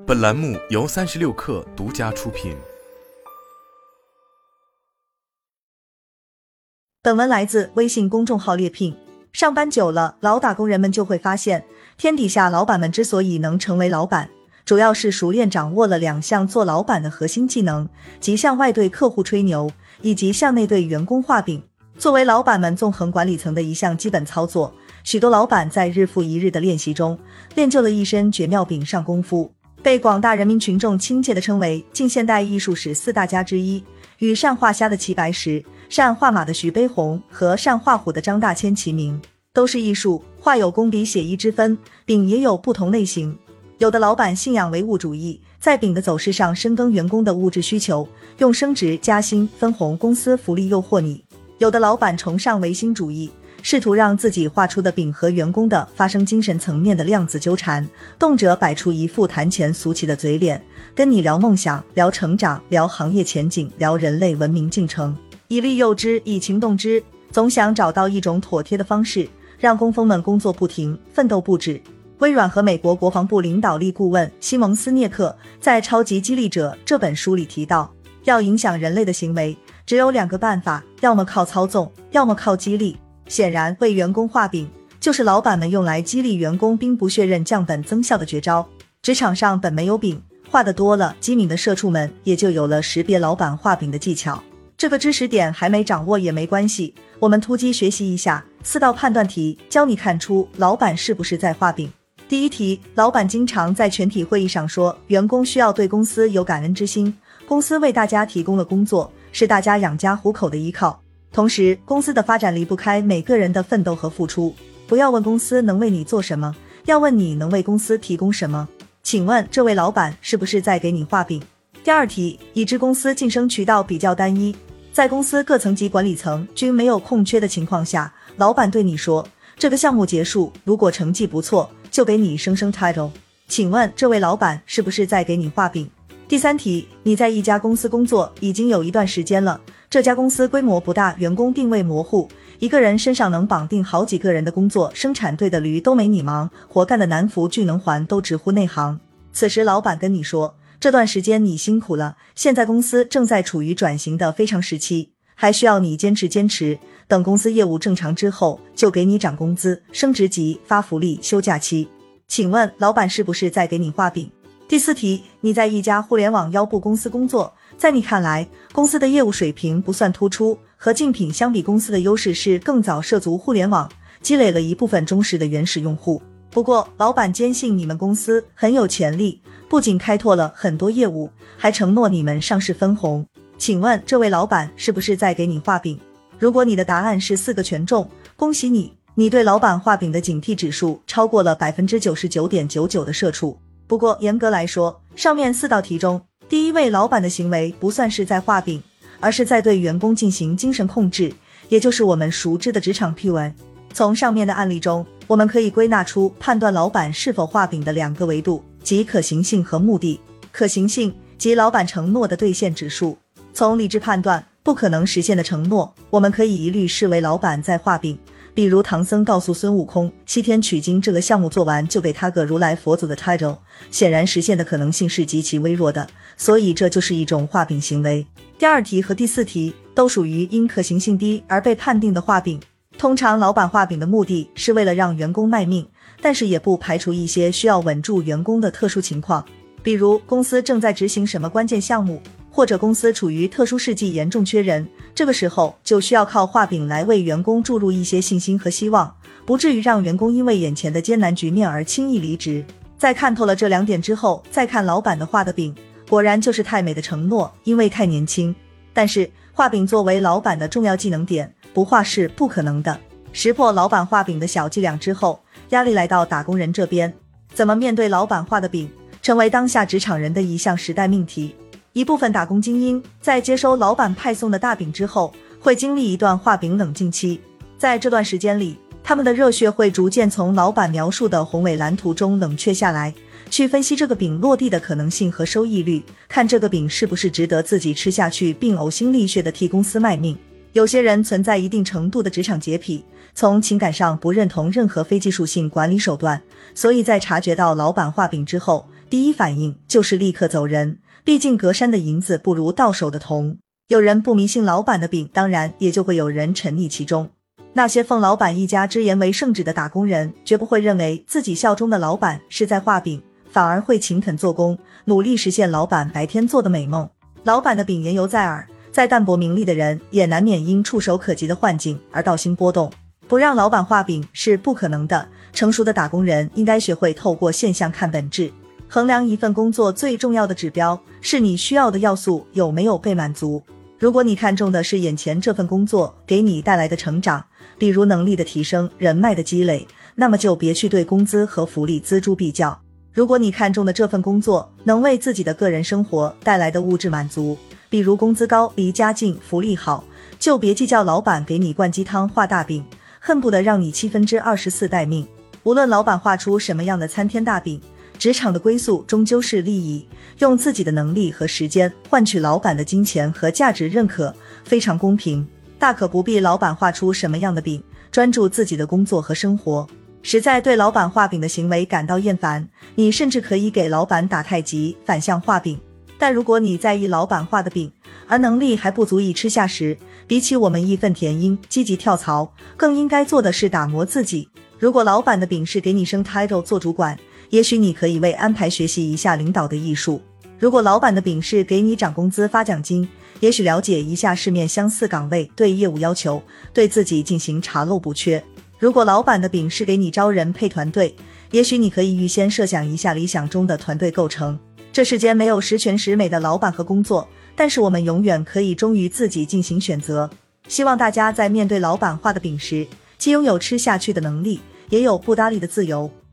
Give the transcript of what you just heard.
本栏目由36氪独家出品。 本文来自微信公众号猎聘。上班久了，老打工人们就会发现，天底下老板们之所以能成为老板，主要是熟练掌握了2项做老板的核心技能，即向外对客户吹牛，以及向内对员工画饼。作为老板们纵横管理层的一项基本操作，许多老板在日复一日的练习中，练就了一身绝妙饼上功夫，被广大人民群众亲切地称为近现代艺术史4大家之一，与善画虾的齐白石、善画马的徐悲鸿和善画虎的张大千齐名。都是艺术，画有工笔写意之分，饼也有不同类型。有的老板信仰唯物主义，在饼的走势上深耕员工的物质需求，用升职加薪、分红、公司福利诱惑你。有的老板崇尚唯心主义，试图让自己画出的饼和员工的发生精神层面的量子纠缠，动辄摆出一副谈钱俗气的嘴脸，跟你聊梦想、聊成长、聊行业前景、聊人类文明进程，以利诱之，以情动之，总想找到一种妥帖的方式，让工蜂们工作不停，奋斗不止。微软和美国国防部领导力顾问西蒙斯涅克在《超级激励者》这本书里提到，要影响人类的行为，只有2个办法，要么靠操纵，要么靠激励。显然，为员工画饼就是老板们用来激励员工兵不血刃降本增效的绝招。职场上本没有饼，画得多了，机敏的社畜们也就有了识别老板画饼的技巧。这个知识点还没掌握也没关系，我们突击学习一下4道判断题，教你看出老板是不是在画饼。第一题，老板经常在全体会议上说，员工需要对公司有感恩之心，公司为大家提供了工作，是大家养家糊口的依靠，同时公司的发展离不开每个人的奋斗和付出。不要问公司能为你做什么，要问你能为公司提供什么。请问这位老板是不是在给你画饼？第二题，已知公司晋升渠道比较单一，在公司各层级管理层均没有空缺的情况下，老板对你说，这个项目结束，如果成绩不错，就给你升 title。 请问这位老板是不是在给你画饼？第三题，你在一家公司工作已经有一段时间了，这家公司规模不大，员工定位模糊，一个人身上能绑定好几个人的工作，生产队的驴都没你忙，活干的南孚聚能环都直呼内行。此时老板跟你说，这段时间你辛苦了，现在公司正在处于转型的非常时期，还需要你坚持，等公司业务正常之后，就给你涨工资、升职级、发福利、休假期。请问老板是不是在给你画饼？第四题，你在一家互联网腰部公司工作，在你看来，公司的业务水平不算突出，和竞品相比，公司的优势是更早涉足互联网，积累了一部分忠实的原始用户。不过老板坚信你们公司很有潜力，不仅开拓了很多业务，还承诺你们上市分红。请问这位老板是不是在给你画饼？如果你的答案是4个全中，恭喜你，你对老板画饼的警惕指数超过了 99.99% 的社畜。不过严格来说，上面4道题中，第一位老板的行为不算是在画饼，而是在对员工进行精神控制，也就是我们熟知的职场 PUA。 从上面的案例中，我们可以归纳出判断老板是否画饼的2个维度，即可行性和目的。可行性即老板承诺的兑现指数。从理智判断，不可能实现的承诺，我们可以一律视为老板在画饼。比如唐僧告诉孙悟空西天取经这个项目做完就给他个如来佛祖的 title， 显然实现的可能性是极其微弱的，所以这就是一种画饼行为。第2题和第4题都属于因可行性低而被判定的画饼。通常老板画饼的目的是为了让员工卖命，但是也不排除一些需要稳住员工的特殊情况，比如公司正在执行什么关键项目，或者公司处于特殊事迹严重缺人，这个时候就需要靠画饼来为员工注入一些信心和希望，不至于让员工因为眼前的艰难局面而轻易离职。在看透了这2点之后，再看老板的画的饼，果然就是太美的承诺，因为太年轻。但是画饼作为老板的重要技能点，不画是不可能的。识破老板画饼的小伎俩之后，压力来到打工人这边，怎么面对老板画的饼，成为当下职场人的一项时代命题。一部分打工精英在接收老板派送的大饼之后，会经历一段画饼冷静期。在这段时间里，他们的热血会逐渐从老板描述的宏伟蓝图中冷却下来，去分析这个饼落地的可能性和收益率，看这个饼是不是值得自己吃下去，并呕心沥血地替公司卖命。有些人存在一定程度的职场洁癖，从情感上不认同任何非技术性管理手段，所以在察觉到老板画饼之后， 第一反应就是立刻走人，毕竟隔山的银子不如到手的铜。有人不迷信老板的饼，当然也就会有人沉溺其中。那些奉老板一家之言为圣旨的打工人，绝不会认为自己效忠的老板是在画饼，反而会勤恳做工，努力实现老板白天做的美梦。老板的饼言犹在耳，再淡泊名利的人也难免因触手可及的幻境而道心波动。不让老板画饼是不可能的，成熟的打工人应该学会透过现象看本质。衡量一份工作最重要的指标是你需要的要素有没有被满足。如果你看重的是眼前这份工作给你带来的成长，比如能力的提升、人脉的积累，那么就别去对工资和福利锱铢必较。如果你看重的这份工作能为自己的个人生活带来的物质满足，比如工资高、离家近、福利好，就别计较老板给你灌鸡汤画大饼，恨不得让你24/7待命。无论老板画出什么样的参天大饼，职场的归宿终究是利益，用自己的能力和时间换取老板的金钱和价值认可，非常公平。大可不必老板画出什么样的饼，专注自己的工作和生活。实在对老板画饼的行为感到厌烦，你甚至可以给老板打太极，反向画饼。但如果你在意老板画的饼，而能力还不足以吃下时，比起我们义愤填膺积极跳槽，更应该做的是打磨自己。如果老板的饼是给你升 title 做主管，也许你可以为安排学习一下领导的艺术。如果老板的饼是给你涨工资发奖金，也许了解一下市面相似岗位对业务要求，对自己进行查漏补缺。如果老板的饼是给你招人配团队，也许你可以预先设想一下理想中的团队构成。这世间没有十全十美的老板和工作，但是我们永远可以忠于自己进行选择。希望大家在面对老板画的饼时，既拥有吃下去的能力，也有不搭理的自由。